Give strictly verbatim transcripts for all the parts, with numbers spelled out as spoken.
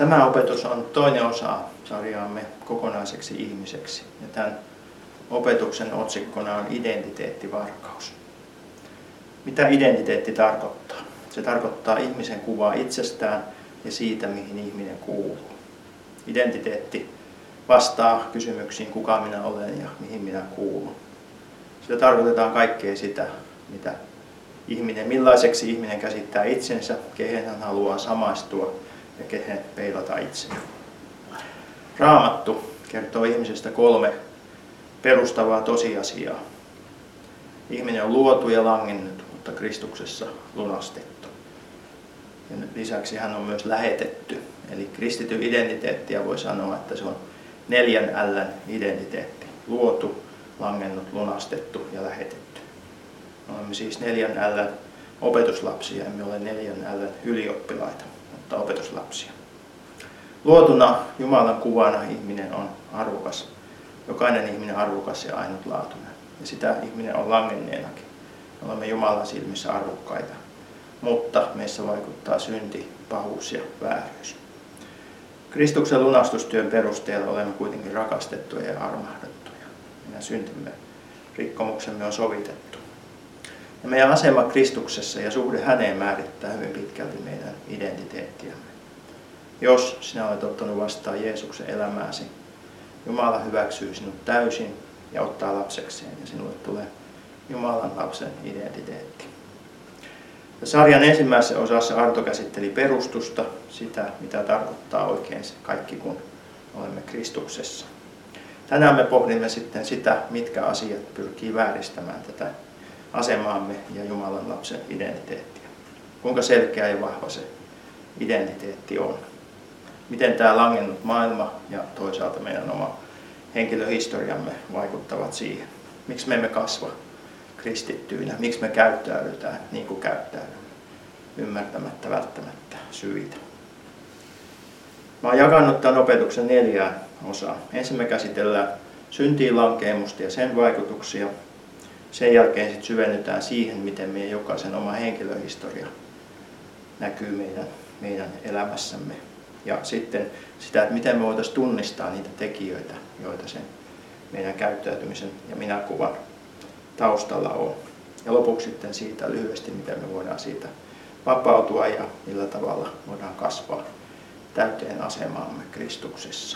Tämä opetus on toinen osa sarjaamme kokonaiseksi ihmiseksi. Ja tämän opetuksen otsikkona on identiteettivarkaus. Mitä identiteetti tarkoittaa? Se tarkoittaa ihmisen kuvaa itsestään ja siitä, mihin ihminen kuuluu. Identiteetti vastaa kysymyksiin, kuka minä olen ja mihin minä kuulun. Sillä tarkoitetaan kaikkea sitä, mitä ihminen, millaiseksi ihminen käsittää itsensä, kehen hän haluaa samaistua ja kehen peilata itseään. Raamattu kertoo ihmisestä kolme perustavaa tosiasiaa. Ihminen on luotu ja langennut, mutta Kristuksessa lunastettu. Ja lisäksi hän on myös lähetetty. Eli kristityn identiteettiä voi sanoa, että se on neljän L:n identiteetti. Luotu, langennut, lunastettu ja lähetetty. Me olemme siis neljän L:n opetuslapsia, emme ole neljän L:n ylioppilaita, mutta opetuslapsia. Luotuna Jumalan kuvana ihminen on arvokas. Jokainen ihminen arvokas ja ainutlaatuinen. Ja sitä ihminen on langenneenakin. Me olemme Jumalan silmissä arvokkaita. Mutta meissä vaikuttaa synti, pahuus ja vääryys. Kristuksen lunastustyön perusteella olemme kuitenkin rakastettuja ja armahdettuja. Meidän syntimme, rikkomuksemme on sovitettu. Ja meidän asema Kristuksessa ja suhde häneen määrittää hyvin pitkälti meidän identiteettiämme. Jos sinä olet ottanut vastaan Jeesuksen elämääsi, Jumala hyväksyy sinut täysin ja ottaa lapsekseen ja sinulle tulee Jumalan lapsen identiteetti. Ja sarjan ensimmäisessä osassa Arto käsitteli perustusta, sitä mitä tarkoittaa oikein se kaikki kun olemme Kristuksessa. Tänään me pohdimme sitten sitä, mitkä asiat pyrkii vääristämään tätä asemaamme ja Jumalan lapsen identiteettiä. Kuinka selkeä ja vahva se identiteetti on. Miten tämä langennut maailma ja toisaalta meidän oma henkilöhistoriamme vaikuttavat siihen. Miksi me emme kasva kristittyinä, miksi me käyttäydytään niin kuin käyttäydymme, ymmärtämättä välttämättä syitä. Mä oon jakanut tämän opetuksen neljään osaan. Ensin me käsitellään syntiin lankeemusta ja sen vaikutuksia. Sen jälkeen sitten syvennytään siihen, miten meidän jokaisen oma henkilöhistoria näkyy meidän, meidän elämässämme. Ja sitten sitä, että miten me voitaisiin tunnistaa niitä tekijöitä, joita sen meidän käyttäytymisen ja minäkuvan taustalla on. Ja lopuksi sitten siitä lyhyesti, miten me voidaan siitä vapautua ja millä tavalla voidaan kasvaa täyteen asemaamme Kristuksessa.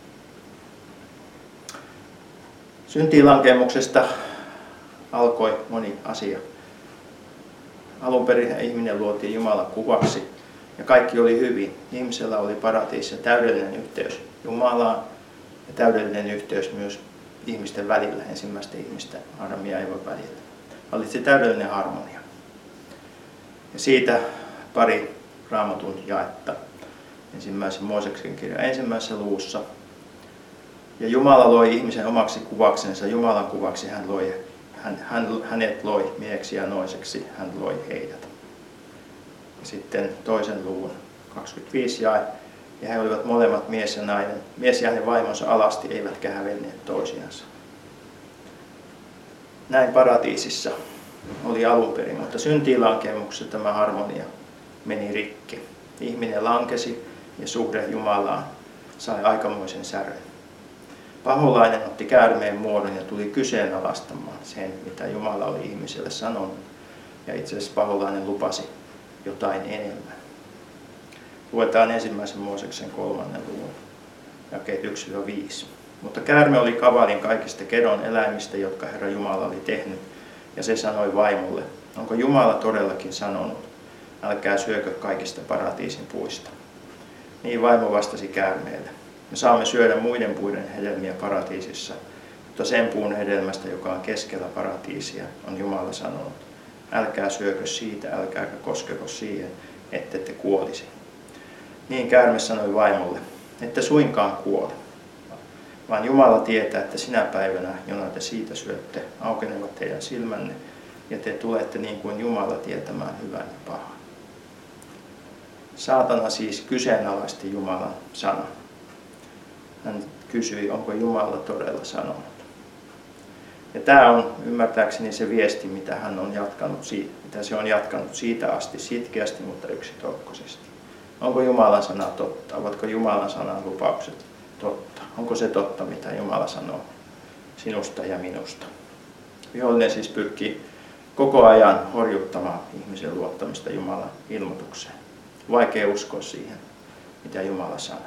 Syntiinlankeemuksesta alkoi moni asia. Alun perin ihminen luotiin Jumalan kuvaksi ja kaikki oli hyvin. Ihmisellä oli paratiisissa täydellinen yhteys Jumalaan ja täydellinen yhteys myös ihmisten välillä, ensimmäisten ihmisten Aadamin ja Eevan välillä. Valitsi täydellinen harmonia. Ja siitä pari Raamatun jaetta. Ensimmäisen Mooseksen kirjan ensimmäisessä luvussa. Ja Jumala loi ihmisen omaksi kuvaksensa, Jumalan kuvaksi hän loi, hän, hän, hänet loi mieheksi ja naiseksi, hän loi heidät. Ja sitten toisen luvun kaksikymmentäviisi jae. Ja he olivat molemmat mies ja nainen. Mies ja hänen vaimonsa alasti eivätkä hävenneet toisiansa. Näin paratiisissa oli alun perin, mutta syntiinlankeemuksessa tämä harmonia meni rikki. Ihminen lankesi ja suhde Jumalaan sai aikamoisen särön. Paholainen otti käärmeen muodon ja tuli kyseenalaistamaan sen, mitä Jumala oli ihmiselle sanonut. Ja itse asiassa paholainen lupasi jotain enemmän. Luetaan ensimmäisen Mooseksen kolmannen luvun, jakeet yksi viisi. Mutta käärme oli kavalin kaikista kedon eläimistä, jotka Herra Jumala oli tehnyt, ja se sanoi vaimolle, onko Jumala todellakin sanonut, älkää syökö kaikista paratiisin puista. Niin vaimo vastasi käärmeelle, me saamme syödä muiden puiden hedelmiä paratiisissa, mutta sen puun hedelmästä, joka on keskellä paratiisia, on Jumala sanonut, älkää syökö siitä, älkääkä koskeko siihen, ette te kuolisi. Niin käärme sanoi vaimolle, että suinkaan kuole, vaan Jumala tietää, että sinä päivänä, jona te siitä syötte, aukenevat teidän silmänne, ja te tulette niin kuin Jumala tietämään hyvän ja pahan. Saatana siis kyseenalaisti Jumalan sanan. Hän kysyi, onko Jumala todella sanonut. Ja tämä on ymmärtääkseni se viesti, mitä hän on jatkanut, mitä se on jatkanut siitä asti sitkeästi, mutta yksitoikkoisesti. Onko Jumalan sana totta? Ovatko Jumalan sanan lupaukset totta? Onko se totta, mitä Jumala sanoo sinusta ja minusta? Vihollinen siis pyrkii koko ajan horjuttamaan ihmisen luottamista Jumalan ilmoitukseen. Vaikea uskoa siihen, mitä Jumala sanoo.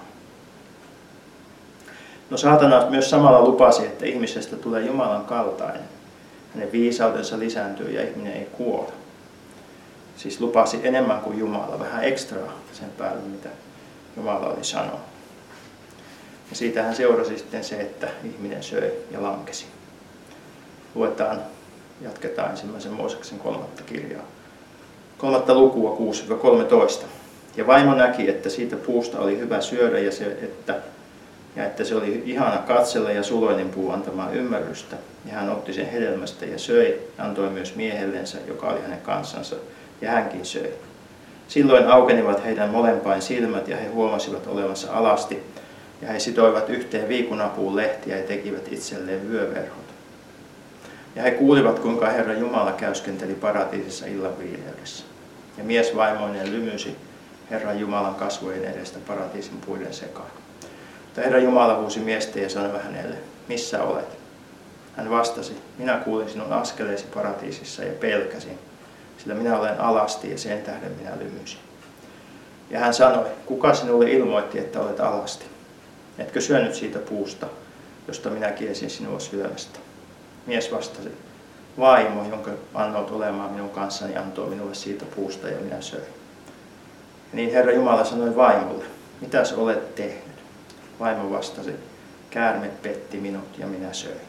No saatana myös samalla lupasi, että ihmisestä tulee Jumalan kaltainen. Hänen viisautensa lisääntyy ja ihminen ei kuole. Siis lupasi enemmän kuin Jumala, vähän ekstraa sen päälle, mitä Jumala oli sanonut. Ja siitähän seurasi sitten se, että ihminen söi ja lankesi. Luetaan, jatketaan ensimmäisen Mooseksen kolmatta kirjaa. Kolmatta lukua kuusi kolmetoista. Ja vaimo näki, että siitä puusta oli hyvä syödä ja, se, että, ja että se oli ihana katsella ja suloinen puu antamaan ymmärrystä. Ja hän otti sen hedelmästä ja söi, antoi myös miehellensä, joka oli hänen kansansa, ja hänkin söi. Silloin aukenivat heidän molempain silmät ja he huomasivat olevansa alasti, ja he sitoivat yhteen viikunapuun lehtiä ja tekivät itselleen vyöverhot. Ja he kuulivat, kuinka Herra Jumala käyskenteli paratiisissa illan viileydessä. Ja mies vaimoinen lymysi Herran Jumalan kasvojen edestä paratiisin puiden sekaan. Mutta Herra Jumala huusi miestä ja sanoi hänelle, missä olet? Hän vastasi, minä kuulin sinun askeleesi paratiisissa ja pelkäsin, sillä minä olen alasti ja sen tähden minä lymysin. Ja hän sanoi, kuka sinulle ilmoitti, että olet alasti? Etkö syönyt siitä puusta, josta minä kiesin sinua syömästä? Mies vastasi, vaimo, jonka annoit olemaan minun kanssani, antoi minulle siitä puusta ja minä söin. Ja niin Herra Jumala sanoi vaimolle, mitäs olet tehnyt? Vaimo vastasi, käärme petti minut ja minä söin.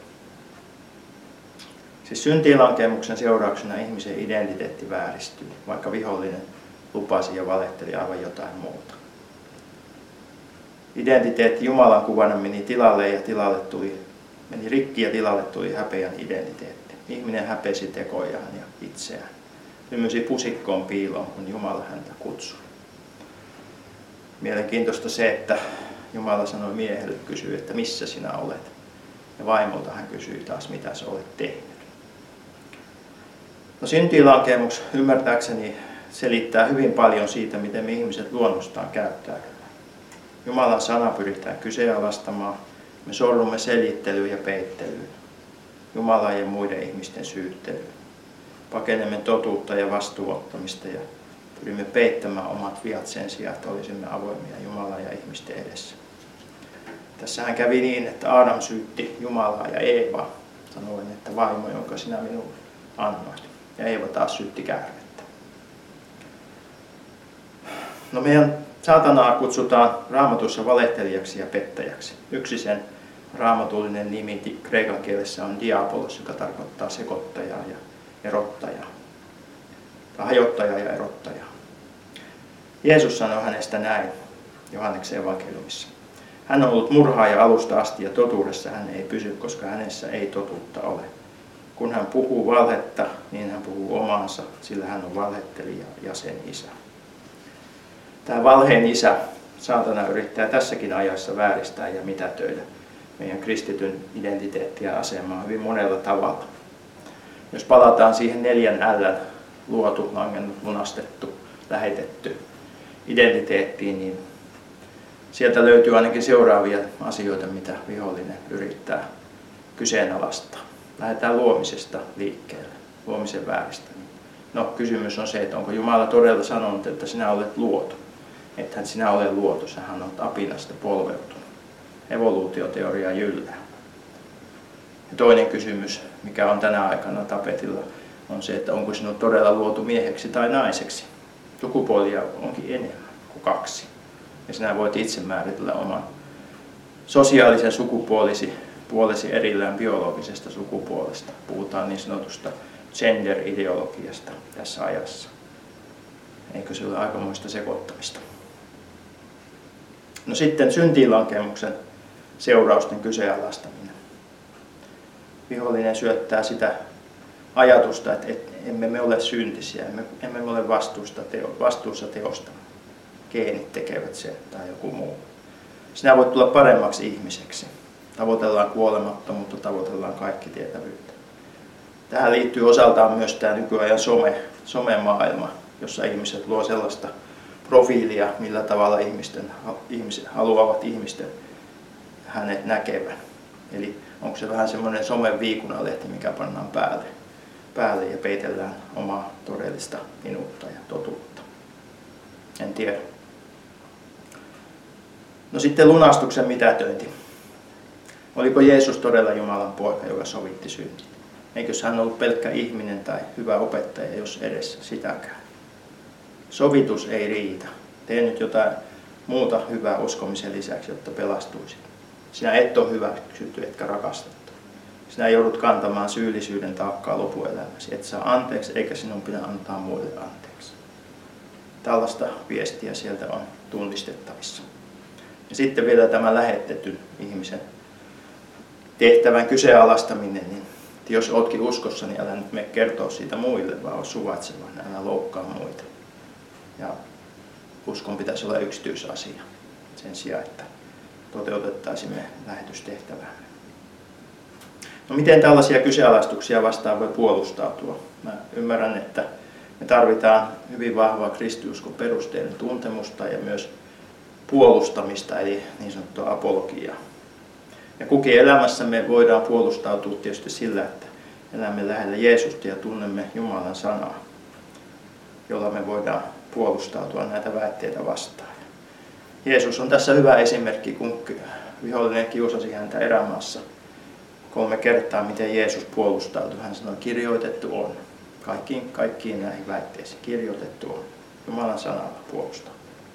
Siis syntiinlankemuksen seurauksena ihmisen identiteetti vääristyy, vaikka vihollinen lupasi ja valehteli aivan jotain muuta. Identiteetti Jumalan kuvana meni tilalle ja tilalle tuli, meni rikki ja tilalle tuli häpeän identiteetti. Ihminen häpesi tekojaan ja itseään. Lymysi pusikkoon piiloon, kun Jumala häntä kutsui. Mielenkiintoista se, että Jumala sanoi miehelle, kysyi, että missä sinä olet. Ja vaimolta hän kysyi taas, mitä sä olet tehnyt. No syntiinlankemus ymmärtääkseni selittää hyvin paljon siitä, miten me ihmiset luonnostaan käyttäytyvät. Jumalan sana pyritään kyseenalaistamaan. Me sorrumme selittelyyn ja peittelyyn. Jumalan ja muiden ihmisten syyttelyyn. Pakenemme totuutta ja vastuunottamista ja pyrimme peittämään omat viat sen sijaan, että olisimme avoimia Jumalan ja ihmisten edessä. Tässähän kävi niin, että Aadam syytti Jumalaa ja Eeva, sanoen, että vaimo, jonka sinä minulle annoit. Ja Eeva taas syytti käärmettä. No meidän saatanaa kutsutaan Raamatussa valehtelijaksi ja pettäjäksi. Yksi sen raamatullinen nimi kreikan kielessä on diabolos, joka tarkoittaa sekoittajaa ja erottajaa. Tai hajottajaa ja erottajaa. Jeesus sanoi hänestä näin Johanneksen evankeliumissa. Hän on ollut murhaaja alusta asti ja totuudessa hän ei pysy, koska hänessä ei totuutta ole. Kun hän puhuu valhetta, niin hän puhuu omaansa, sillä hän on valhettelija ja sen isä. Tämä valheen isä, saatana, yrittää tässäkin ajassa vääristää ja mitätöidä meidän kristityn identiteettiä ja asemaa hyvin monella tavalla. Jos palataan siihen neljän L:n luotu, langennut, lunastettu, lähetetty identiteettiin, niin sieltä löytyy ainakin seuraavia asioita, mitä vihollinen yrittää kyseenalaistaa. Lähdetään luomisesta liikkeelle, luomisen vääristäminen. No, kysymys on se, että onko Jumala todella sanonut, että sinä olet luotu. Ethän sinä ole luotu, sähän olet apinasta polveutunut. Evoluutioteoria jyllää. Ja toinen kysymys, mikä on tänä aikana tapetilla, on se, että onko sinut todella luotu mieheksi tai naiseksi. Sukupuolia onkin enemmän kuin kaksi. Ja sinä voit itse määritellä oman sosiaalisen sukupuolisi puolesi erillään biologisesta sukupuolesta. Puhutaan niin sanotusta gender-ideologiasta tässä ajassa. Eikö se ole aikamoista sekoittamista? No sitten syntiinlankemuksen seurausten kyseenalaistaminen. Vihollinen syöttää sitä ajatusta, että emme me ole syntisiä, emme, emme me ole vastuusta teo, vastuussa teosta. Geenit tekevät sen tai joku muu. Sinä voit tulla paremmaksi ihmiseksi. Tavoitellaan kuolemattomuutta, tavoitellaan kaikki tietävyyttä. Tähän liittyy osaltaan myös tämä nykyajan some, somemaailma, jossa ihmiset luo sellaista profiilia, millä tavalla ihmisten, ihmiset haluavat ihmisten hänet näkevän. Eli onko se vähän semmoinen somen viikunalehti, mikä pannaan päälle, päälle ja peitellään omaa todellista minuutta ja totuutta. En tiedä. No sitten lunastuksen mitätöinti. Oliko Jeesus todella Jumalan poika, joka sovitti syntit? Eikös hän ollut pelkkä ihminen tai hyvä opettaja, jos edes sitäkään? Sovitus ei riitä. Tee nyt jotain muuta hyvää uskomisen lisäksi, jotta pelastuisit. Sinä et ole hyväksytty etkä rakastettu. Sinä joudut kantamaan syyllisyyden taakkaa lopuelämäsi. Et saa anteeksi eikä sinun pidä antaa muille anteeksi. Tällaista viestiä sieltä on tunnistettavissa. Ja sitten vielä tämä lähetetyn ihmisen tehtävän kyseenalaistaminen. Niin jos oletkin uskossa, niin älä nyt mene kertoa siitä muille, vaan ole suvaitseva, älä loukkaa muita. Ja uskon pitäisi olla yksityisasia sen sijaan, että toteutettaisimme lähetystehtäväämme. No miten tällaisia kyseenalaistuksia vastaan voi puolustautua? Mä ymmärrän, että me tarvitaan hyvin vahvaa kristiuskon perusteiden tuntemusta ja myös puolustamista, eli niin sanottua apologiaa. Ja kukin elämässämme voidaan puolustautua tietysti sillä, että elämme lähellä Jeesusta ja tunnemme Jumalan sanaa, jolla me voidaan puolustautua näitä väitteitä vastaan. Jeesus on tässä hyvä esimerkki, kun vihollinen kiusasi häntä erämaassa kolme kertaa, miten Jeesus puolustautui. Hän sanoi, kirjoitettu on. Kaikkiin, kaikkiin näihin väitteisiin kirjoitettu on. Jumalan sanalla puolustaa.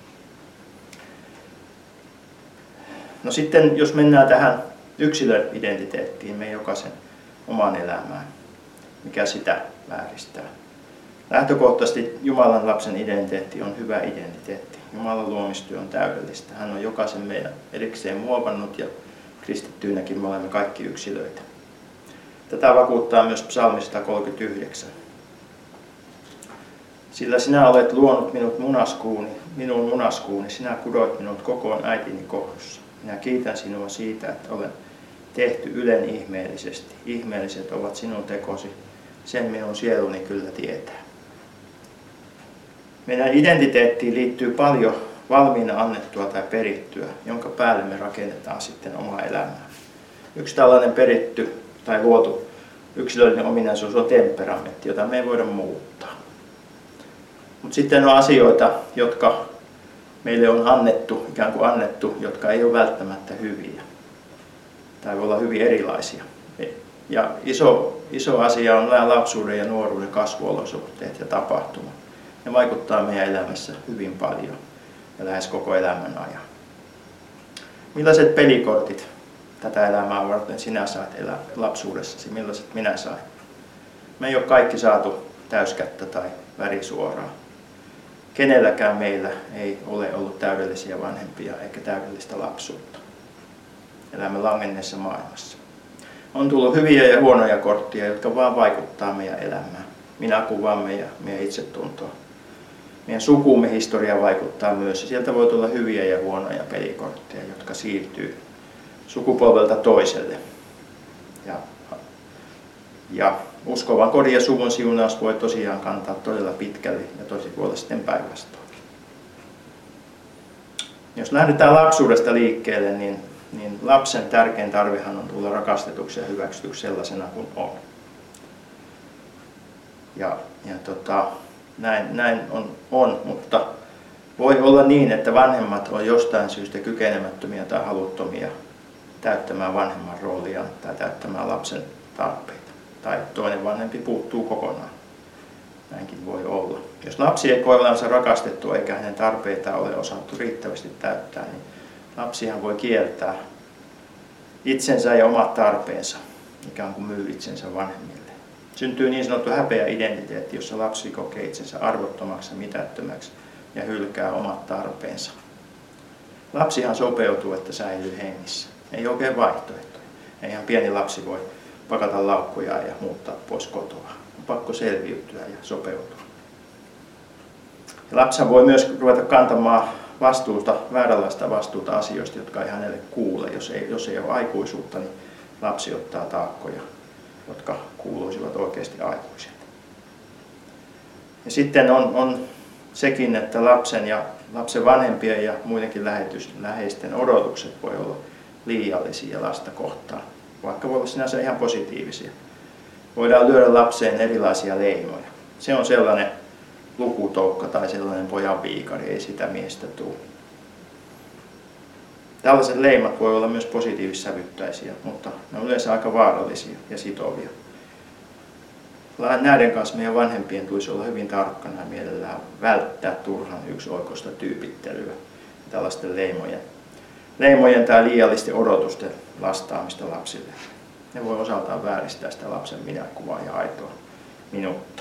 No sitten, jos mennään tähän yksilön identiteettiin, meidän jokaisen omaan elämään, mikä sitä vääristää. Lähtökohtaisesti Jumalan lapsen identiteetti on hyvä identiteetti. Jumalan luomistyö on täydellistä. Hän on jokaisen meidän erikseen muovannut ja kristittyinäkin me olemme kaikki yksilöitä. Tätä vakuuttaa myös psalmi sata kolmekymmentäyhdeksän. Sillä sinä olet luonut minut munaskuuni, minun munaskuuni, sinä kudoit minut kokoon äitini kohdussa. Minä kiitän sinua siitä, että olen tehty ylen ihmeellisesti. Ihmeelliset ovat sinun tekosi, sen minun sieluni kyllä tietää. Meidän identiteettiin liittyy paljon valmiina annettua tai perittyä, jonka päälle me rakennetaan sitten omaa elämää. Yksi tällainen peritty tai luotu yksilöllinen ominaisuus on temperamentti, jota me ei voida muuttaa. Mutta sitten on asioita, jotka meille on annettu, ikään kuin annettu, jotka ei ole välttämättä hyviä tai voi olla hyvin erilaisia. Ja iso, iso asia on nämä lapsuuden ja nuoruuden kasvuolosuhteet ja tapahtumat. Ne vaikuttaa meidän elämässä hyvin paljon ja lähes koko elämän ajan. Millaiset pelikortit tätä elämää varten sinä saat elää lapsuudessasi, millaiset minä sain? Me ei ole kaikki saatu täyskättä tai värisuoraa. Kenelläkään meillä ei ole ollut täydellisiä vanhempia eikä täydellistä lapsuutta. Elämme langenneessa maailmassa. On tullut hyviä ja huonoja kortteja, jotka vaan vaikuttaa meidän elämään. Minäkuvamme ja meidän itsetuntoa. Meidän sukumme historia vaikuttaa myös. Sieltä voi tulla hyviä ja huonoja pelikortteja, jotka siirtyy sukupolvelta toiselle. Ja, ja uskovan kodin ja suvun siunaus voi tosiaan kantaa todella pitkälle ja tosi voi olla sitten päinvastoin. Jos lähdetään lapsuudesta liikkeelle, niin, niin lapsen tärkein tarvehan on tulla rakastetuksi ja hyväksytyksi sellaisena kuin on. Ja, ja tota, näin, näin on, on, mutta voi olla niin, että vanhemmat on jostain syystä kykenemättömiä tai haluttomia täyttämään vanhemman roolia tai täyttämään lapsen tarpeita. Tai toinen vanhempi puuttuu kokonaan. Näinkin voi olla. Jos lapsi ei koe olevansa rakastettu eikä hänen tarpeitaan ole osattu riittävästi täyttää, niin lapsihan voi kieltää itsensä ja omat tarpeensa, ikään kuin myy itsensä vanhemmille. Syntyy niin sanottu häpeä identiteetti, jossa lapsi kokee itsensä arvottomaksi ja mitättömäksi ja hylkää omat tarpeensa. Lapsihan sopeutuu, että säilyy hengissä. Ei oikein vaihtoehtoja. Eihän pieni lapsi voi pakata laukkuja ja muuttaa pois kotoa. On pakko selviytyä ja sopeutua. Ja lapsi voi myös ruveta kantamaan vastuuta, vääränlaista vastuuta asioista, jotka ei hänelle kuule. Jos ei, jos ei ole aikuisuutta, niin lapsi ottaa taakkoja, jotka kuuluisivat oikeasti aikuisille. Ja sitten on, on sekin, että lapsen ja lapsen vanhempien ja muidenkin lähetys, läheisten odotukset voi olla liiallisia lasta kohtaan, vaikka voi olla sinänsä ihan positiivisia. Voidaan lyödä lapseen erilaisia leimoja. Se on sellainen lukutoukka tai sellainen pojan viikari, ei sitä miestä tule. Tällaiset leimat voi olla myös positiivissävyttäisiä, mutta ne on yleensä aika vaarallisia ja sitovia. Näiden kanssa meidän vanhempien tulisi olla hyvin tarkkana ja mielellään välttää turhan yksioikoista tyypittelyä ja tällaisten leimojen, leimojen tai liiallisten odotusten lastaamista lapsille. Ne voi osaltaan vääristää sitä lapsen minäkuvaa ja aitoa minuutta.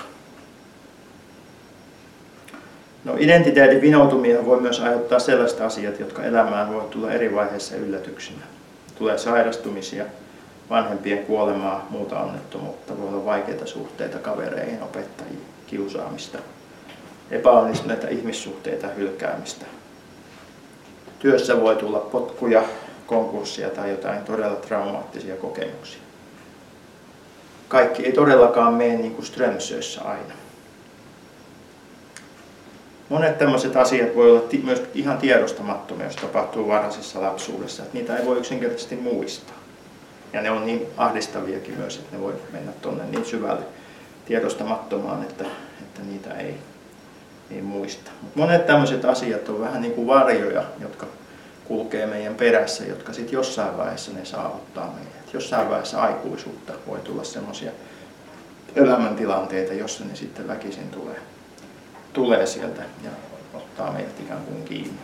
No, identiteetin vinoutumia voi myös aiheuttaa sellaiset asiat, jotka elämään voi tulla eri vaiheissa yllätyksinä. Tulee sairastumisia, vanhempien kuolemaa, muuta onnettomuutta, voi olla vaikeita suhteita kavereihin, opettajiin, kiusaamista, epäonnistuneita ihmissuhteita, hylkäämistä. Työssä voi tulla potkuja, konkurssia tai jotain todella traumaattisia kokemuksia. Kaikki ei todellakaan mene niin kuin Strömsössä aina. Monet tämmöiset asiat voi olla myös ihan tiedostamattomia, jos tapahtuu varhaisessa lapsuudessa, että niitä ei voi yksinkertaisesti muistaa. Ja ne on niin ahdistaviakin myös, että ne voi mennä tuonne niin syvälle tiedostamattomaan, että, että niitä ei, ei muista. Mut monet tämmöiset asiat on vähän niin kuin varjoja, jotka kulkee meidän perässä, jotka sitten jossain vaiheessa ne saavuttaa meidät. Jossain vaiheessa aikuisuutta voi tulla semmoisia elämäntilanteita, jossa ne sitten väkisin tulee. tulee sieltä ja ottaa meidät ikään kuin kiinni.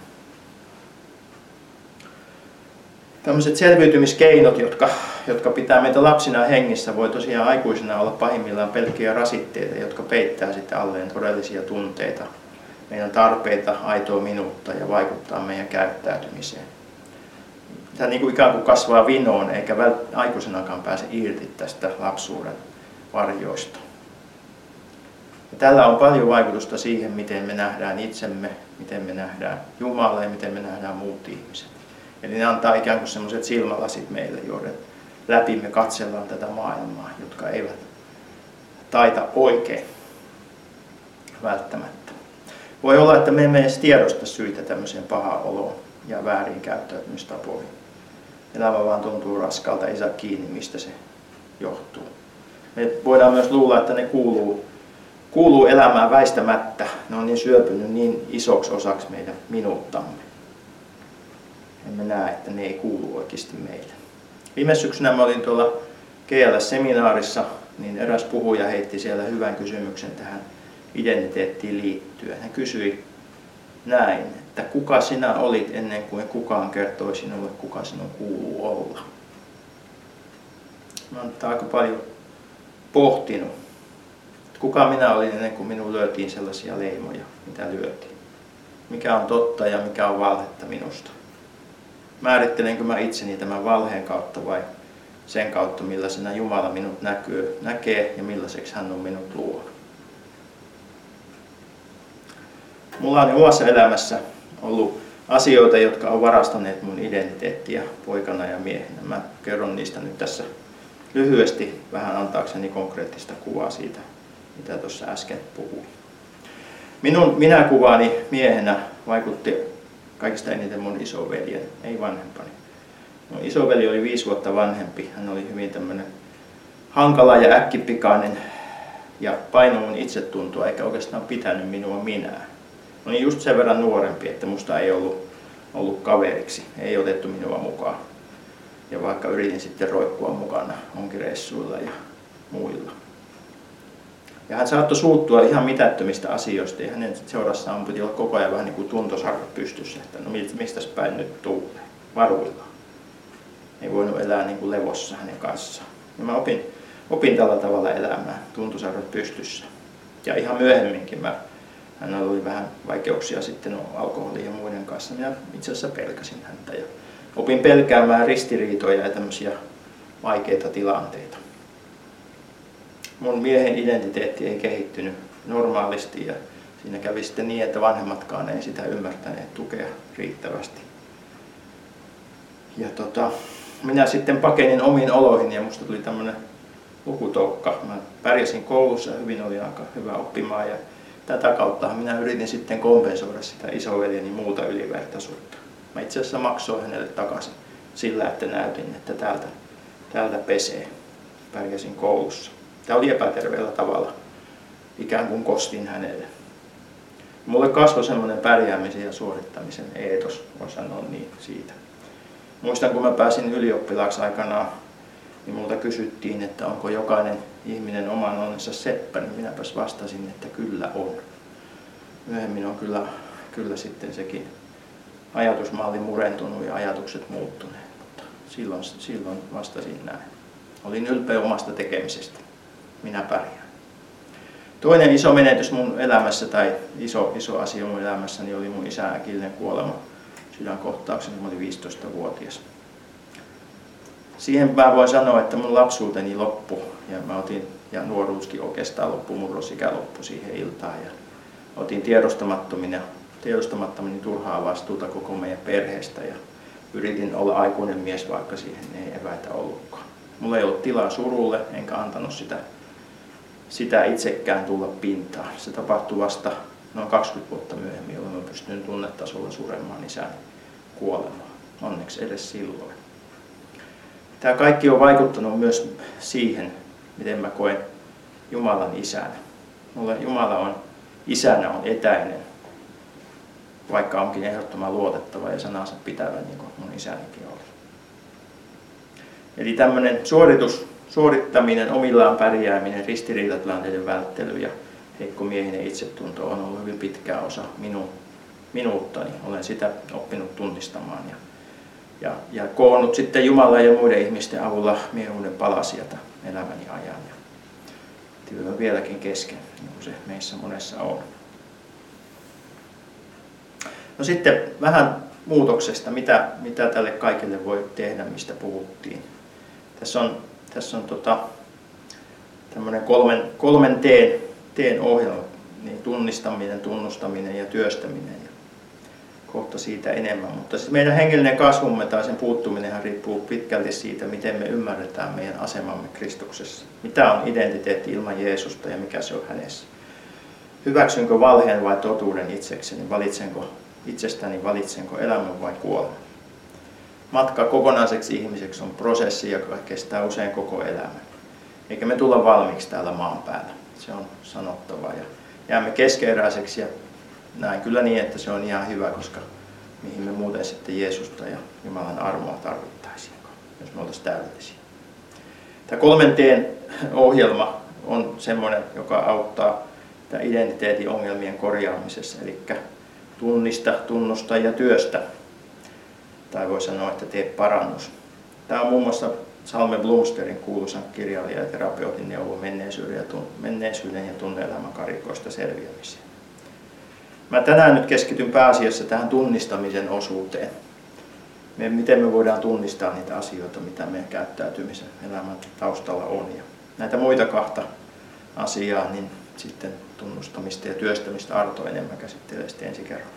Tällaiset selviytymiskeinot, jotka, jotka pitää meitä lapsina hengissä, voi tosiaan aikuisina olla pahimmillaan pelkkiä rasitteita, jotka peittää sitten alleen todellisia tunteita, meidän tarpeita, aitoa minuutta ja vaikuttaa meidän käyttäytymiseen. Tämä niin kuin ikään kuin kasvaa vinoon, eikä aikuisenakaan pääse irti tästä lapsuuden varjoista. Ja tällä on paljon vaikutusta siihen, miten me nähdään itsemme, miten me nähdään Jumala ja miten me nähdään muut ihmiset. Eli ne antaa ikään kuin sellaiset silmälasit meille, joiden läpi me katsellaan tätä maailmaa, jotka eivät taita oikein välttämättä. Voi olla, että me emme edes tiedosta syitä tämmöiseen pahaan oloon ja väärin käyttäytymistapoihin. Elämä vaan tuntuu raskalta, ei saa kiinni, mistä se johtuu. Me voidaan myös luulla, että ne kuuluu Kuuluu elämään väistämättä. Ne on niin syöpynyt niin isoksi osaksi meidän minuuttamme. Emme näe, että ne ei kuulu oikeasti meille. Viime syksynä mä olin tuolla G L S-seminaarissa, niin eräs puhuja heitti siellä hyvän kysymyksen tähän identiteettiin liittyen. Hän kysyi näin, että kuka sinä olit ennen kuin kukaan kertoi sinulle, kuka sinun kuuluu olla. Mä oon tätä aika paljon pohtinut. Kuka minä olin ennen kuin minuun lyötiin sellaisia leimoja, mitä lyötiin? Mikä on totta ja mikä on valhetta minusta? Määrittelenkö mä itseni tämän valheen kautta vai sen kautta, millaisena Jumala minut näkyy, näkee ja millaiseksi hän on minut luonut? Mulla on omassa elämässä ollut asioita, jotka on varastaneet mun identiteettiä poikana ja miehenä. Mä kerron niistä nyt tässä lyhyesti vähän antaakseni konkreettista kuvaa siitä, mitä tuossa äsken puhuin. Minun minäkuvaani miehenä vaikutti kaikista eniten mun isoveljen, ei vanhempani. Mun isoveli oli viisi vuotta vanhempi. Hän oli hyvin tämmöinen hankala ja äkkipikainen ja painoi mun itsetuntoa, eikä oikeastaan pitänyt minua minään. Olin just sen verran nuorempi, että musta ei ollut, ollut kaveriksi, ei otettu minua mukaan. Ja vaikka yritin sitten roikkua mukana onkireissuilla ja muilla. Ja hän saattoi suuttua ihan mitättömistä asioista ja hänen seurassaan piti olla koko ajan vähän niin kuin tuntosarvet pystyssä, että no mistäs päin nyt tulee, varuillaan. Ei voinut elää niin kuin levossa hänen kanssaan. Ja mä opin, opin tällä tavalla elämään, tuntosarvet pystyssä. Ja ihan myöhemminkin mä, hänellä oli vähän vaikeuksia sitten alkoholin ja muiden kanssa. Minä itse asiassa pelkäsin häntä ja opin pelkäämään ristiriitoja ja tämmöisiä vaikeita tilanteita. Mun miehen identiteetti ei kehittynyt normaalisti ja siinä kävi sitten niin, että vanhemmatkaan ei sitä ymmärtäneet tukea riittävästi. Ja tota, minä sitten pakenin omiin oloihin ja musta tuli tämmönen lukutoukka. Mä pärjäsin koulussa ja hyvin, oli aika hyvä oppimaan ja tätä kauttahan minä yritin sitten kompensoida sitä isoveljeni muuta ylivertaisuutta. Mä itse asiassa maksoin hänelle takaisin sillä, että näytin, että täältä, täältä pesee. Pärjäsin koulussa. Tämä oli epäterveellä tavalla. Ikään kuin kostin hänelle. Mulle kasvoi semmoinen pärjäämisen ja suorittamisen eetos, voin sanoa niin siitä. Muistan, kun mä pääsin ylioppilaaksi aikanaan, niin multa kysyttiin, että onko jokainen ihminen oman onnensa seppä, niin minäpäs vastasin, että kyllä on. Myöhemmin on kyllä, kyllä sitten sekin ajatusmalli murentunut ja ajatukset muuttuneet, mutta silloin, silloin vastasin näin. Olin ylpeä omasta tekemisestä. Minä pärjään. Toinen iso menetys mun elämässä, tai iso, iso asia mun elämässäni, oli mun isän äkillinen kuolema sydänkohtauksena, kun mä olin viisitoistavuotias. Siihen mä voin sanoa, että mun lapsuuteni loppu, ja mä otin, ja nuoruuskin oikeastaan loppu, murrosikä loppu siihen iltaan, ja otin tiedostamattomina, tiedostamattomina turhaa vastuuta koko meidän perheestä, ja yritin olla aikuinen mies, vaikka siihen ei eväitä ollutkaan. Mulla ei ollut tilaa surulle, enkä antanut sitä, sitä itsekään tulla pintaan. Se tapahtui vasta noin kaksikymmentä vuotta myöhemmin, jolloin mä pystyin tunnetasolla suremaan isän kuolemaa. Onneksi edes silloin. Tämä kaikki on vaikuttanut myös siihen, miten mä koen Jumalan isänä. Mulle Jumala on isänä on etäinen, vaikka onkin ehdottoman luotettava ja sanansa pitävä, niin kuin mun isänikin oli. Eli tämmöinen suoritus, suorittaminen, omillaan pärjääminen, ristiriitatilanteiden välttely ja heikkomiehinen itsetunto on ollut hyvin pitkä osa minun, minuuttani. Olen sitä oppinut tunnistamaan ja, ja, ja koonnut sitten Jumalan ja muiden ihmisten avulla miehuuden palasiata elämäni ajan. Ja työ on vieläkin kesken, niin kuin se meissä monessa on. No sitten vähän muutoksesta, mitä, mitä tälle kaikille voi tehdä, mistä puhuttiin. Tässä on, tässä on tota, tämmöinen kolmen, kolmen teen, teen ohjelma, niin tunnistaminen, tunnustaminen ja työstäminen. Ja kohta siitä enemmän. Mutta siis meidän hengellinen kasvumme tai sen puuttuminenhan riippuu pitkälti siitä, miten me ymmärretään meidän asemamme Kristuksessa. Mitä on identiteetti ilman Jeesusta ja mikä se on hänessä. Hyväksynkö valheen vai totuuden itsekseni, valitsenko itsestäni, valitsenko elämän vai kuoleman. Matka kokonaiseksi ihmiseksi on prosessi, joka kestää usein koko elämän. Eikä me tulla valmiiksi täällä maan päällä. Se on sanottava. Ja jäämme keskeeräiseksi ja näin kyllä niin, että se on ihan hyvä, koska mihin me muuten sitten Jeesusta ja Jumalan armoa tarvittaisiin, jos me oltaisiin täydellisiä. Tämä kolmen teen ohjelma on semmoinen, joka auttaa tämän identiteetin ongelmien korjaamisessa, eli tunnista, tunnusta ja työstä. Tai voi sanoa, että tee parannus. Tämä on muun muassa Salme Blomsterin kuuluisan kirjailija ja terapeutin neuvo menneisyyden ja, tun- menneisyyden ja tunne-elämän karikoista selviämiseen. Mä tänään nyt keskityn pääasiassa tähän tunnistamisen osuuteen. Me, miten me voidaan tunnistaa niitä asioita, mitä meidän käyttäytymisen elämän taustalla on. Ja näitä muita kahta asiaa, niin sitten tunnustamista ja työstämistä Arto enemmän käsittelee sitten ensi kerralla.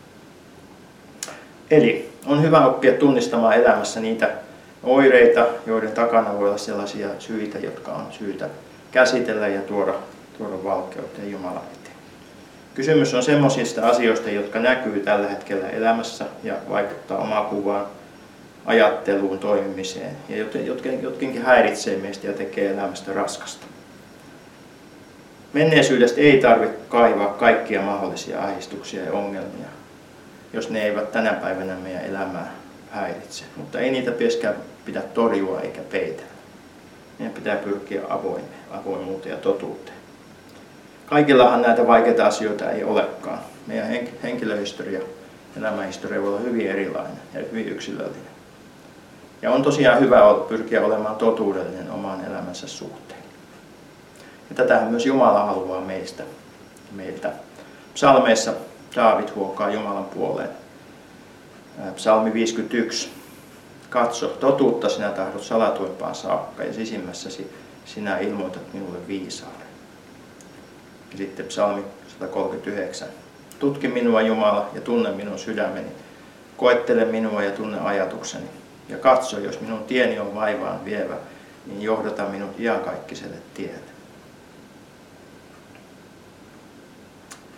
Eli on hyvä oppia tunnistamaan elämässä niitä oireita, joiden takana voi olla sellaisia syitä, jotka on syytä käsitellä ja tuoda, tuoda valkeuteen Jumalan eteen. Kysymys on semmoisista asioista, jotka näkyy tällä hetkellä elämässä ja vaikuttaa omaan kuvaan, ajatteluun, toimimiseen ja jotkinkin häiritsee meistä ja tekee elämästä raskasta. Menneisyydestä ei tarvitse kaivaa kaikkia mahdollisia ahdistuksia ja ongelmia, jos ne eivät tänä päivänä meidän elämää häiritse. Mutta ei niitä myöskään pidä torjua eikä peitellä. Meidän pitää pyrkiä avoimeen, avoimuuteen ja totuuteen. Kaikillahan näitä vaikeita asioita ei olekaan. Meidän henkilöhistoria, elämänhistoria voi olla hyvin erilainen ja hyvin yksilöllinen. Ja on tosiaan hyvä pyrkiä olemaan totuudellinen oman elämänsä suhteen. Ja tätähän myös Jumala haluaa meistä, meiltä. Psalmeissa Daavid huokaa Jumalan puoleen. Psalmi viisikymmentäyksi. Katso, totuutta sinä tahdot salatuimpaan saakka ja sisimmässäsi sinä ilmoitat minulle viisauden. Ja sitten psalmi sata kolmekymmentäyhdeksän. Tutki minua Jumala ja tunne minun sydämeni. Koettele minua ja tunne ajatukseni. Ja katso, jos minun tieni on vaivaan vievä, niin johdata minut iankaikkiselle tielle.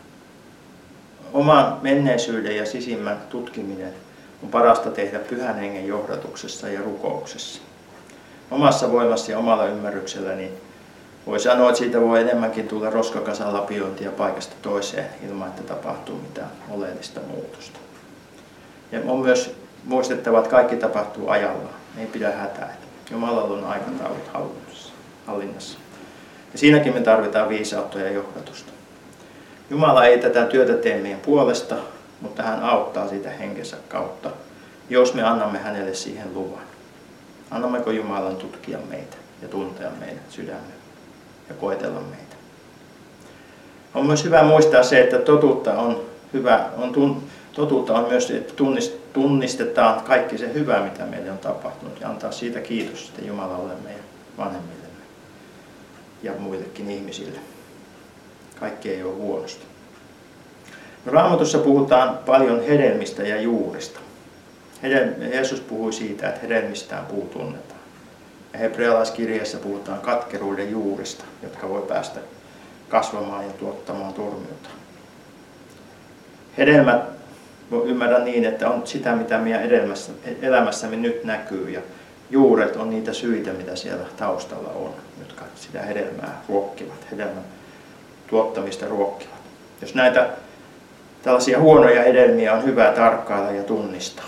oman menneisyyden ja sisimmän tutkiminen on parasta tehdä Pyhän Hengen johdatuksessa ja rukouksessa. Omassa voimassa ja omalla ymmärrykselläni voi sanoa, että siitä voi enemmänkin tulla roskakasan lapiointia paikasta toiseen ilman, että tapahtuu mitään oleellista muutosta. Ja on myös muistettava, että kaikki tapahtuu ajallaan. Ei pidä hätäillä. Jumalalla on aikataulut hallinnassa. Ja siinäkin me tarvitaan viisautta ja johdatusta. Jumala ei tätä työtä tee meidän puolesta, mutta hän auttaa siitä henkensä kautta, jos me annamme hänelle siihen luvan. Annammeko Jumalan tutkia meitä ja tuntea meidän sydämemme ja koetella meitä. On myös hyvä muistaa se, että totuutta on hyvä, on tun, totuutta on myös, että tunnistetaan kaikki se hyvä, mitä meille on tapahtunut, ja antaa siitä kiitos sitten Jumalalle meidän vanhemmillemme ja muillekin ihmisille. Kaikki ei ole huonosti. No, Raamatussa puhutaan paljon hedelmistä ja juurista. Jeesus puhui siitä, että hedelmistään puu tunnetaan. Ja hebrealaiskirjeessä puhutaan katkeruuden juurista, jotka voi päästä kasvamaan ja tuottamaan turmiota. Hedelmät voi ymmärrä niin, että on sitä, mitä meidän elämässämme nyt näkyy, ja juuret on niitä syitä, mitä siellä taustalla on, jotka sitä hedelmää ruokkivat, hedelmän tuottamista ruokkivat. Jos näitä tällaisia huonoja hedelmiä on hyvä tarkkailla ja tunnistaa.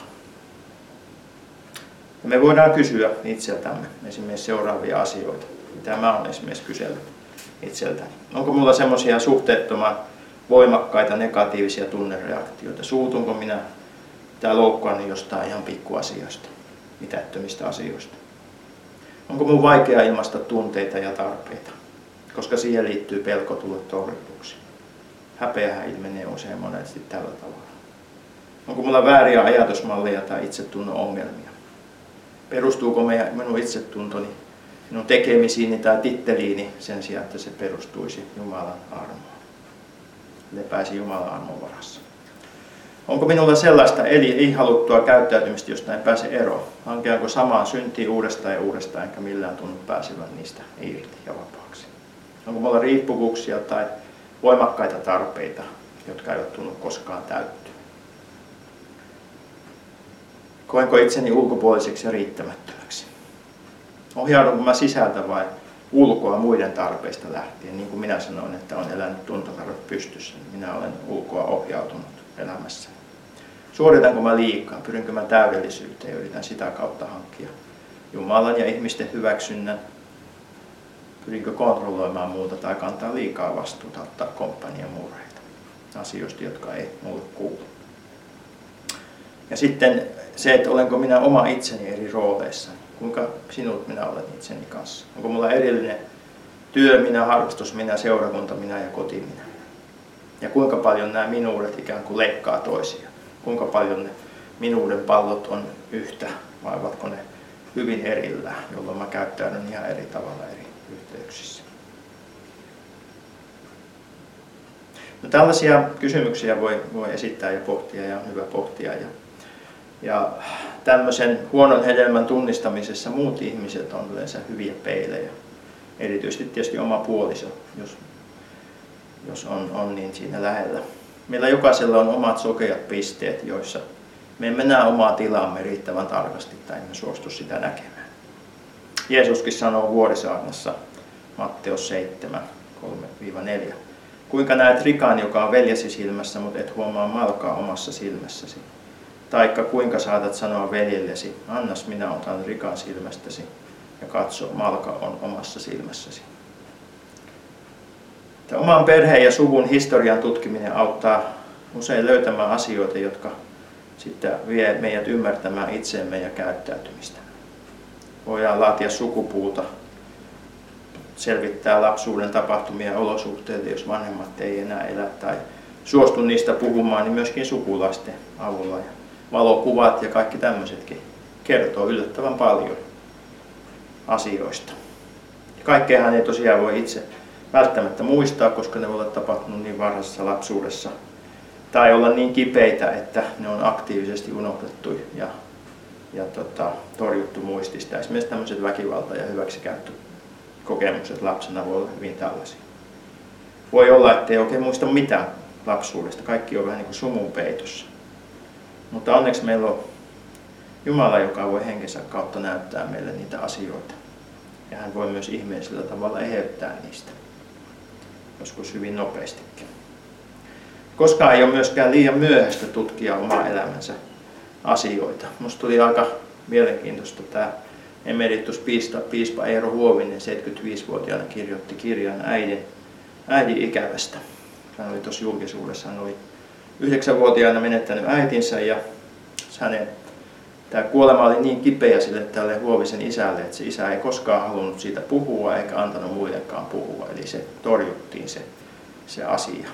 Ja me voidaan kysyä itseltämme esimerkiksi seuraavia asioita, mitä mä oon esimerkiksi kysellyt itseltäni. Onko mulla semmoisia suhteettoman voimakkaita negatiivisia tunnereaktioita? Suutunko minä tai loukkaani jostain ihan pikkuasioista, mitättömistä asioista? Onko mun vaikea ilmaista tunteita ja tarpeita, koska siihen liittyy pelko tulla torjutuksi? Häpeähän ilmenee usein monesti tällä tavalla. Onko mulla vääriä ajatusmalleja tai itsetunnon ongelmia? Perustuuko minun itsetuntoni minun tekemisiini tai titteliini sen sijaan, että se perustuisi Jumalan armoon? Lepäisi Jumalan armon varassa. Onko minulla sellaista eli ei haluttua käyttäytymistä, josta en pääse eroon? Lankeanko samaan syntiin uudestaan ja uudestaan, enkä millään tunnu pääsevän niistä irti ja vapaaksi? Onko minulla riippuvuuksia tai voimakkaita tarpeita, jotka eivät tunnu koskaan täyttyä? Koenko itseni ulkopuoliseksi ja riittämättömäksi? Ohjaudunko mä sisältä vai ulkoa muiden tarpeista lähtien? Niin kuin minä sanoin, että olen elänyt tuntokarvat pystyssä, niin minä olen ulkoa ohjautunut elämässä. Suoritanko mä liikaa? Pyrinkö mä täydellisyyteen ja yritän sitä kautta hankkia Jumalan ja ihmisten hyväksynnän? Pyrinkö kontrolloimaan muuta tai kantaa liikaa vastuuta, ottaa komppanian murheita asioista, jotka ei mulle kuulu? Ja sitten se, että olenko minä oma itseni eri rooleissa. Kuinka sinut minä olen itseni kanssa? Onko mulla erillinen työ, minä, harrastus, minä, seurakunta, minä ja koti, minä? Ja kuinka paljon nämä minuudet ikään kuin leikkaa toisiaan? Kuinka paljon ne minuuden pallot on yhtä vai ovatko ne hyvin erillään, jolloin mä käyttäydyn ihan eri tavalla eri yhteyksissä? No, tällaisia kysymyksiä voi, voi esittää ja pohtia ja on hyvä pohtia. Ja, ja tämmöisen huonon hedelmän tunnistamisessa muut ihmiset on yleensä hyviä peilejä. Erityisesti tietysti oma puoliso, jos, jos on, on niin siinä lähellä. Meillä jokaisella on omat sokeat pisteet, joissa me emme näe omaa tilaamme riittävän tarkasti tai emme suostu sitä näkemään. Jeesuskin sanoo vuorisaarnassa Matteus seitsemän, kolme neljä. Kuinka näet rikan, joka on veljesi silmässä, mutta et huomaa malkaa omassa silmässäsi? Taikka kuinka saatat sanoa veljellesi, annas minä otan rikan silmästäsi, ja katso, malka on omassa silmässäsi. Tämä oman perheen ja suvun historian tutkiminen auttaa usein löytämään asioita, jotka sitten vie meidät ymmärtämään itseemme ja käyttäytymistä. Voidaan laatia sukupuuta, selvittää lapsuuden tapahtumia ja olosuhteita, jos vanhemmat ei enää elä tai suostu niistä puhumaan, niin myöskin sukulaisten avulla. Ja valokuvat ja kaikki tämmöisetkin kertoo yllättävän paljon asioista. Kaikkeahan ei tosiaan voi itse välttämättä muistaa, koska ne voivat tapahtunut niin varhaisessa lapsuudessa tai olla niin kipeitä, että ne on aktiivisesti unohdettu ja, ja tota, torjuttu muistista. Esimerkiksi tämmöiset väkivalta- ja hyväksikäyttökokemukset lapsena voi olla hyvin tällaisia. Voi olla, ettei oikein muista mitään lapsuudesta. Kaikki on vähän niin kuin sumun peitossa. Mutta onneksi meillä on Jumala, joka voi henkensä kautta näyttää meille niitä asioita. Ja hän voi myös ihmeellisellä tavalla eheyttää niistä. Joskus hyvin nopeastikin. Koskaan ei ole myöskään liian myöhäistä tutkia omaa elämänsä asioita. Minusta tuli aika mielenkiintoista tämä emeritus piispa Eero Huovinen seitsemänkymmentäviisivuotiaana kirjoitti kirjan äidin, äidin ikävästä. Hän oli tuossa julkisuudessa. Hän oli yhdeksänvuotiaana menettänyt äitinsä ja hänen tämä kuolema oli niin kipeä sille tälle Huovisen isälle, että se isä ei koskaan halunnut siitä puhua eikä antanut muillekaan puhua. Eli se torjuttiin se, se asia.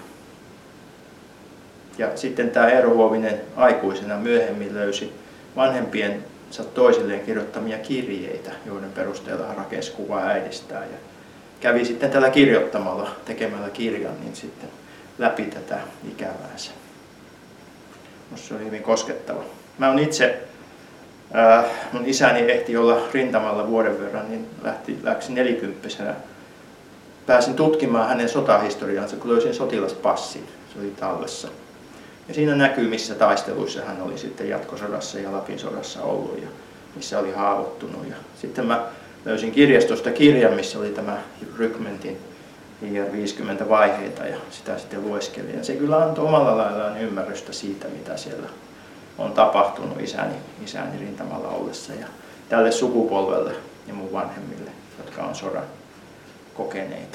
Ja sitten tämä Eero Huovinen aikuisena myöhemmin löysi vanhempiensa toisilleen kirjoittamia kirjeitä, joiden perusteella hän rakensi kuvaa äidistään. Ja kävi sitten tällä kirjoittamalla, tekemällä kirjan, niin sitten läpi tätä ikäväänsä. Se oli hyvin koskettava. Mä olen itse, äh, mun isäni ehti olla rintamalla vuoden verran, niin lähti, läksi nelikymppisenä. Pääsin tutkimaan hänen sotahistoriansa, kun löysin sotilaspassin. Se oli tallessa. Ja siinä näkyy, missä taisteluissa hän oli sitten jatkosodassa ja Lapin sodassa ollut ja missä oli haavoittunut. Ja sitten mä löysin kirjastosta kirjan, missä oli tämä rykmentin I R viisikymmentä vaiheita ja sitä sitten lueskelin. Ja se kyllä antoi omalla laillaan ymmärrystä siitä, mitä siellä on tapahtunut isäni, isäni rintamalla ollessa ja tälle sukupolvelle ja mun vanhemmille, jotka on sodan kokeneita.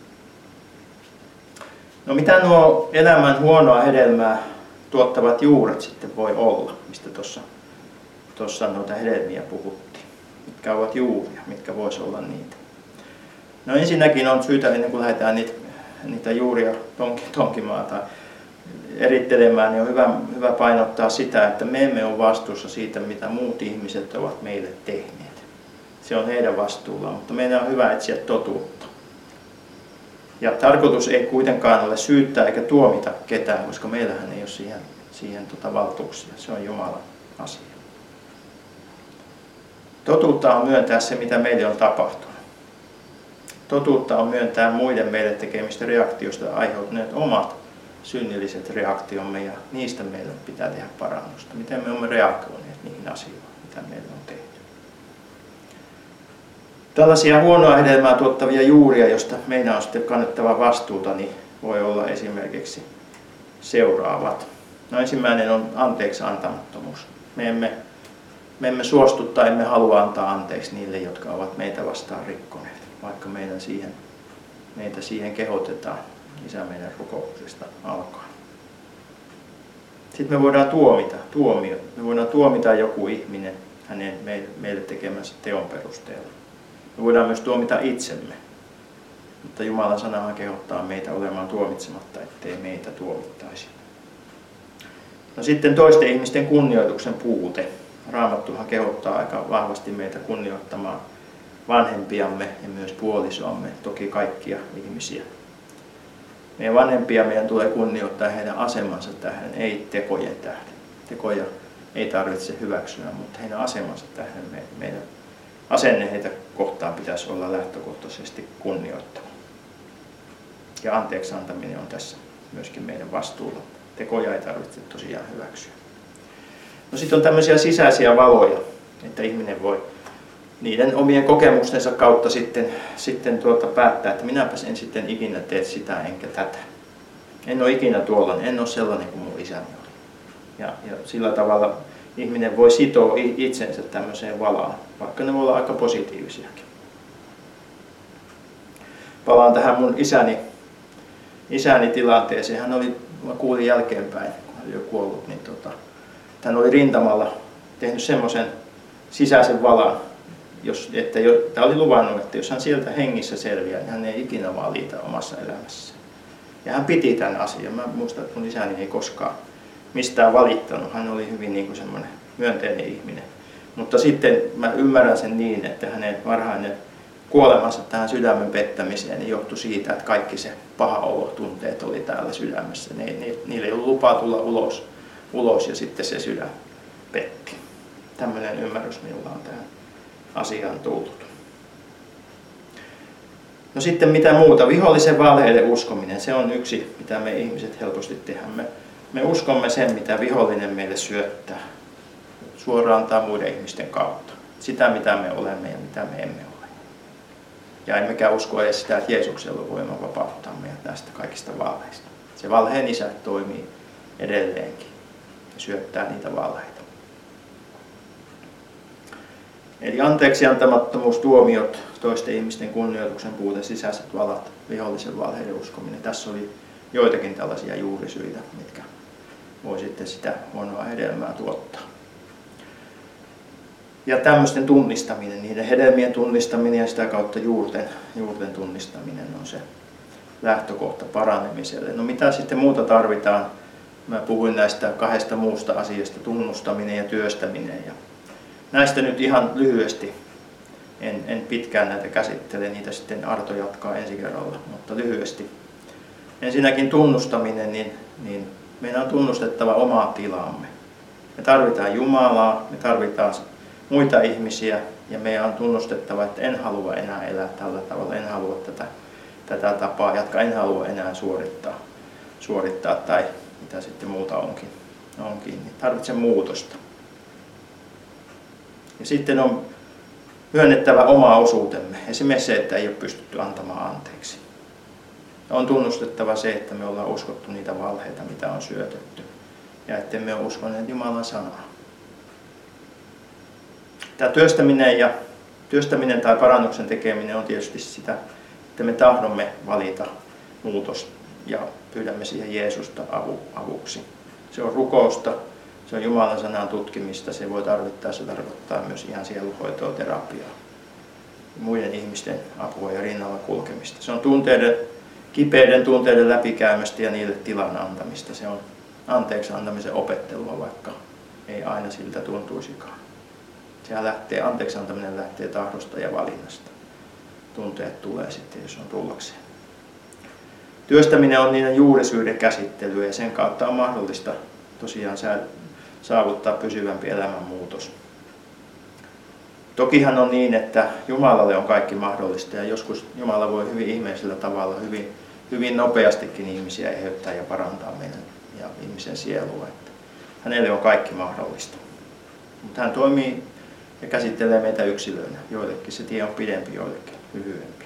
No mitä nuo elämän huonoa hedelmää tuottavat juuret sitten voi olla, mistä tuossa tuossa noita hedelmiä puhuttiin. Mitkä ovat juuria, mitkä voisi olla niitä. No ensinnäkin on syytä, ennen kuin lähdetään niitä, niitä juuria tonkimaan tai erittelemään, niin on hyvä, hyvä painottaa sitä, että me emme ole vastuussa siitä, mitä muut ihmiset ovat meille tehneet. Se on heidän vastuullaan, mutta meidän on hyvä etsiä totuutta. Ja tarkoitus ei kuitenkaan ole syyttää eikä tuomita ketään, koska meillähän ei ole siihen, siihen tuota valtuuksia. Se on Jumalan asia. Totuutta on myöntää se, mitä meille on tapahtunut. Totuutta on myöntää muiden meille tekemistä reaktioista aiheutuneet omat synnilliset reaktiomme ja niistä meillä pitää tehdä parannusta. Miten me olemme reagoineet niihin asioihin, mitä meillä on tehty. Tällaisia huonoa hedelmää tuottavia juuria, joista meidän on sitten kannettava vastuuta, niin voi olla esimerkiksi seuraavat. No ensimmäinen on anteeksi antamattomuus. Me emme, me emme suostu tai emme halua antaa anteeksi niille, jotka ovat meitä vastaan rikkoneet, vaikka meidän siihen, meitä siihen kehotetaan Isä meidän rukouksesta alkaen. Sitten me voidaan tuomita, tuomio. Me voidaan tuomita joku ihminen hänen meille tekemänsä teon perusteella. Me voidaan myös tuomita itsemme, mutta Jumalan sanahan kehottaa meitä olemaan tuomitsematta, ettei meitä tuomittaisi. No sitten toisten ihmisten kunnioituksen puute. Raamattuhan kehottaa aika vahvasti meitä kunnioittamaan vanhempiamme ja myös puolisoamme, toki kaikkia ihmisiä. Meidän vanhempia meidän tulee kunnioittaa heidän asemansa tähden, ei tekojen tähden. Tekoja ei tarvitse hyväksyä, mutta heidän asemansa tähden me, meidän asenne heitä kohtaan pitäisi olla lähtökohtaisesti kunnioittava. Ja anteeksi antaminen on tässä myöskin meidän vastuulla. Tekoja ei tarvitse tosiaan hyväksyä. No sitten on tämmöisiä sisäisiä valoja, että ihminen voi niiden omien kokemustensa kautta sitten, sitten tuota päättää, että minäpäs en sitten ikinä tee sitä enkä tätä. En ole ikinä tuollainen, en ole sellainen kuin mun isäni oli. Ja, ja sillä tavalla ihminen voi sitoa itsensä tämmöiseen valaan, vaikka ne voi olla aika positiivisiakin. Palaan tähän mun isäni, isäni tilanteeseen. Hän oli, mä kuulin jälkeenpäin, kun hän oli jo kuollut, niin tota, hän oli rintamalla tehnyt semmoisen sisäisen valan, jos, että jo, tämä oli luvannut, että jos hän sieltä hengissä selviää, niin hän ei ikinä valita omassa elämässään. Ja hän piti tämän asian. Mä muistan, että mun isäni ei koskaan mistään valittanut. Hän oli hyvin niin kuin semmoinen myönteinen ihminen. Mutta sitten mä ymmärrän sen niin, että hänen varhainen kuolemansa tähän sydämen pettämiseen niin johtui siitä, että kaikki se paha olotunteet oli täällä sydämessä. Ne, ne, niillä ei ollut lupaa tulla ulos, ulos ja sitten se sydän petti. Tämmöinen ymmärrys minulla on tähän asiaan tullut. No sitten mitä muuta? Vihollisen valheiden uskominen, se on yksi, mitä me ihmiset helposti tehdään. Me, me uskomme sen, mitä vihollinen meille syöttää, suoraan tai muiden ihmisten kautta. Sitä, mitä me olemme ja mitä me emme ole. Ja emmekä usko edes sitä, että Jeesuksella on voima vapauttaa meidät näistä kaikista valheista. Se valheen isä toimii edelleenkin ja syöttää niitä valheita. Eli anteeksi antamattomuus, tuomiot, toisten ihmisten kunnioituksen puute, sisäiset valat, vihollisen valheiden uskominen. Tässä oli joitakin tällaisia juurisyitä, mitkä voi sitten sitä huonoa hedelmää tuottaa. Ja tämmöisten tunnistaminen, niiden hedelmien tunnistaminen ja sitä kautta juurten, juurten tunnistaminen on se lähtökohta paranemiselle. No mitä sitten muuta tarvitaan? Mä puhuin näistä kahdesta muusta asiasta, tunnustaminen ja työstäminen. Ja näistä nyt ihan lyhyesti, en, en pitkään näitä käsittele, niitä sitten Arto jatkaa ensi kerralla, mutta lyhyesti. Ensinnäkin tunnustaminen, niin, niin meidän on tunnustettava omaa tilaamme. Me tarvitaan Jumalaa, me tarvitaan muita ihmisiä ja meidän on tunnustettava, että en halua enää elää tällä tavalla, en halua tätä, tätä tapaa jatkaa, en halua enää suorittaa, suorittaa tai mitä sitten muuta onkin. onkin. Niin tarvitsen muutosta. Ja sitten on myönnettävä oma osuutemme, esimerkiksi se, että ei ole pystytty antamaan anteeksi. On tunnustettava se, että me ollaan uskottu niitä valheita, mitä on syötetty, ja että me ole uskoneet Jumalan sanaa. Tämä työstäminen, ja, työstäminen tai parannuksen tekeminen on tietysti sitä, että me tahdomme valita muutos ja pyydämme siihen Jeesusta avu, avuksi. Se on rukousta, se on Jumalan sanan tutkimista, se voi tarvittaessa tarkoittaa myös ihan sielunhoitoa, terapiaa, muiden ihmisten apua ja rinnalla kulkemista. Se on tunteiden, kipeiden tunteiden läpikäymistä ja niille tilan antamista. Se on anteeksi antamisen opettelua, vaikka ei aina siltä tuntuisikaan. Sehän lähtee, anteeksi antaminen lähtee tahdosta ja valinnasta. Tunteet tulee sitten, jos on tullakseen. Työstäminen on niiden juurisyiden käsittelyä ja sen kautta on mahdollista tosiaan saavuttaa pysyvämpi elämänmuutos. Tokihan on niin, että Jumalalle on kaikki mahdollista ja joskus Jumala voi hyvin ihmeellisellä tavalla, hyvin, hyvin nopeastikin ihmisiä eheyttää ja parantaa meidän ja ihmisen sielua. Että hänelle on kaikki mahdollista. Mutta hän toimii ja käsittelee meitä yksilöinä. Joillekin se tie on pidempi, joillekin lyhyempi.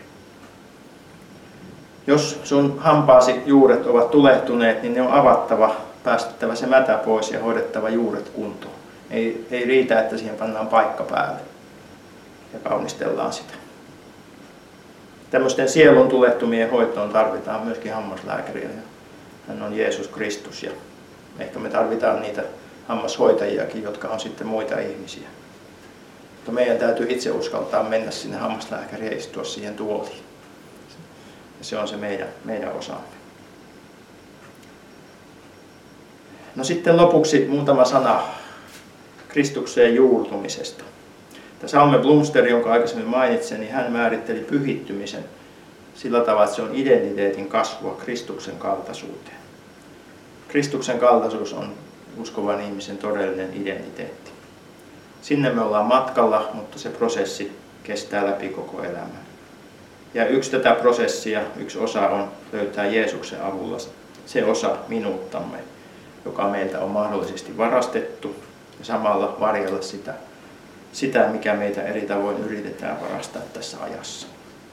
Jos sun hampaasi juuret ovat tulehtuneet, niin ne on avattava, päästettävä se mätä pois ja hoidettava juuret kuntoon. Ei, ei riitä, että siihen pannaan paikka päälle ja kaunistellaan sitä. Tämmöisten sielun tulehtumien hoitoon tarvitaan myöskin hammaslääkäriä. Hän on Jeesus Kristus ja ehkä me tarvitaan niitä hammashoitajiakin, jotka on sitten muita ihmisiä. Mutta meidän täytyy itse uskaltaa mennä sinne hammaslääkäriin ja istua siihen tuoliin. Ja se on se meidän, meidän osaamme. No sitten lopuksi muutama sana Kristukseen juurtumisesta. Salme Blomster, jonka aikaisemmin mainitsin, niin hän määritteli pyhittymisen sillä tavalla, että se on identiteetin kasvua Kristuksen kaltaisuuteen. Kristuksen kaltaisuus on uskovan ihmisen todellinen identiteetti. Sinne me ollaan matkalla, mutta se prosessi kestää läpi koko elämän. Ja yksi tätä prosessia, yksi osa on löytää Jeesuksen avulla se osa minuuttamme, joka meiltä on mahdollisesti varastettu ja samalla varjella sitä, sitä mikä meitä eri tavoin yritetään varastaa tässä ajassa.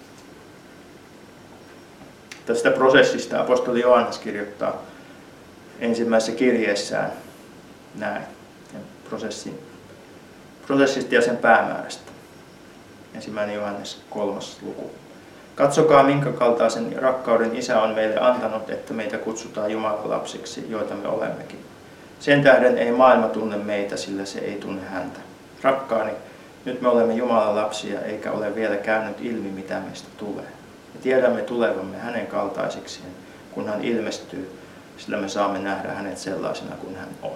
Tästä prosessista apostoli Johannes kirjoittaa ensimmäisessä kirjeessään näin, prosessin, prosessista ja sen päämäärästä. Ensimmäinen Johannes kolmas luku. Katsokaa, minkä kaltaisen rakkauden Isä on meille antanut, että meitä kutsutaan Jumalan lapsiksi, joita me olemmekin. Sen tähden ei maailma tunne meitä, sillä se ei tunne häntä. Rakkaani, nyt me olemme Jumalan lapsia, eikä ole vielä käynyt ilmi, mitä meistä tulee. Me tiedämme tulevamme hänen kaltaisikseen, kun hän ilmestyy, sillä me saamme nähdä hänet sellaisena kuin hän on.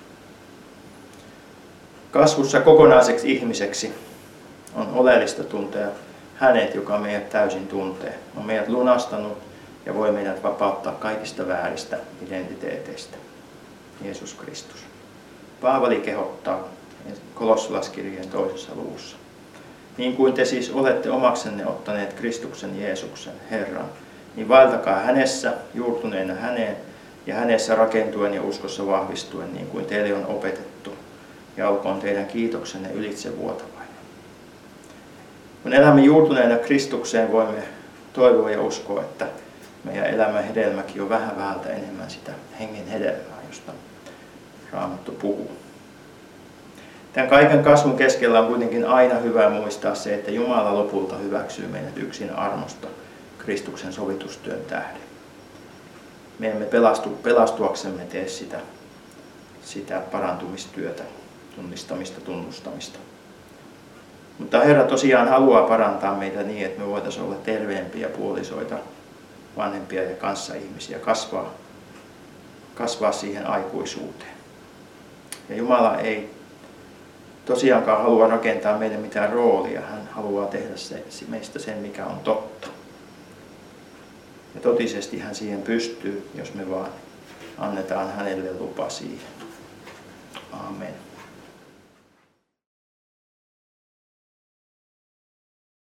Kasvussa kokonaiseksi ihmiseksi on oleellista tuntea hänet, joka meidät täysin tuntee, on meidät lunastanut ja voi meidät vapauttaa kaikista vääristä identiteeteistä. Jeesus Kristus. Paavali kehottaa Kolossalaiskirjeen toisessa luvussa. Niin kuin te siis olette omaksenne ottaneet Kristuksen Jeesuksen, Herran, niin vaeltakaa hänessä, juurtuneena häneen, ja hänessä rakentuen ja uskossa vahvistuen, niin kuin teille on opetettu, ja olkoon teidän kiitoksenne ylitsevuotavainen. Kun elämme juurtuneena Kristukseen, voimme toivoa ja uskoa, että meidän elämän hedelmäkin on vähän vähältä enemmän sitä hengen hedelmää, josta Raamattu puhuu. Tämän kaiken kasvun keskellä on kuitenkin aina hyvä muistaa se, että Jumala lopulta hyväksyy meidät yksin armosta Kristuksen sovitustyön tähden. Me emme pelastu, pelastuaksemme tee sitä, sitä parantumistyötä, tunnistamista, tunnustamista. Mutta Herra tosiaan haluaa parantaa meitä niin, että me voitaisiin olla terveempiä puolisoita, vanhempia ja kanssaihmisiä, kasvaa, kasvaa siihen aikuisuuteen. Ja Jumala ei tosiaankaan halua rakentaa meille mitään roolia. Hän haluaa tehdä se, meistä sen, mikä on totta. Ja totisesti hän siihen pystyy, jos me vaan annetaan hänelle lupa siihen. Aamen.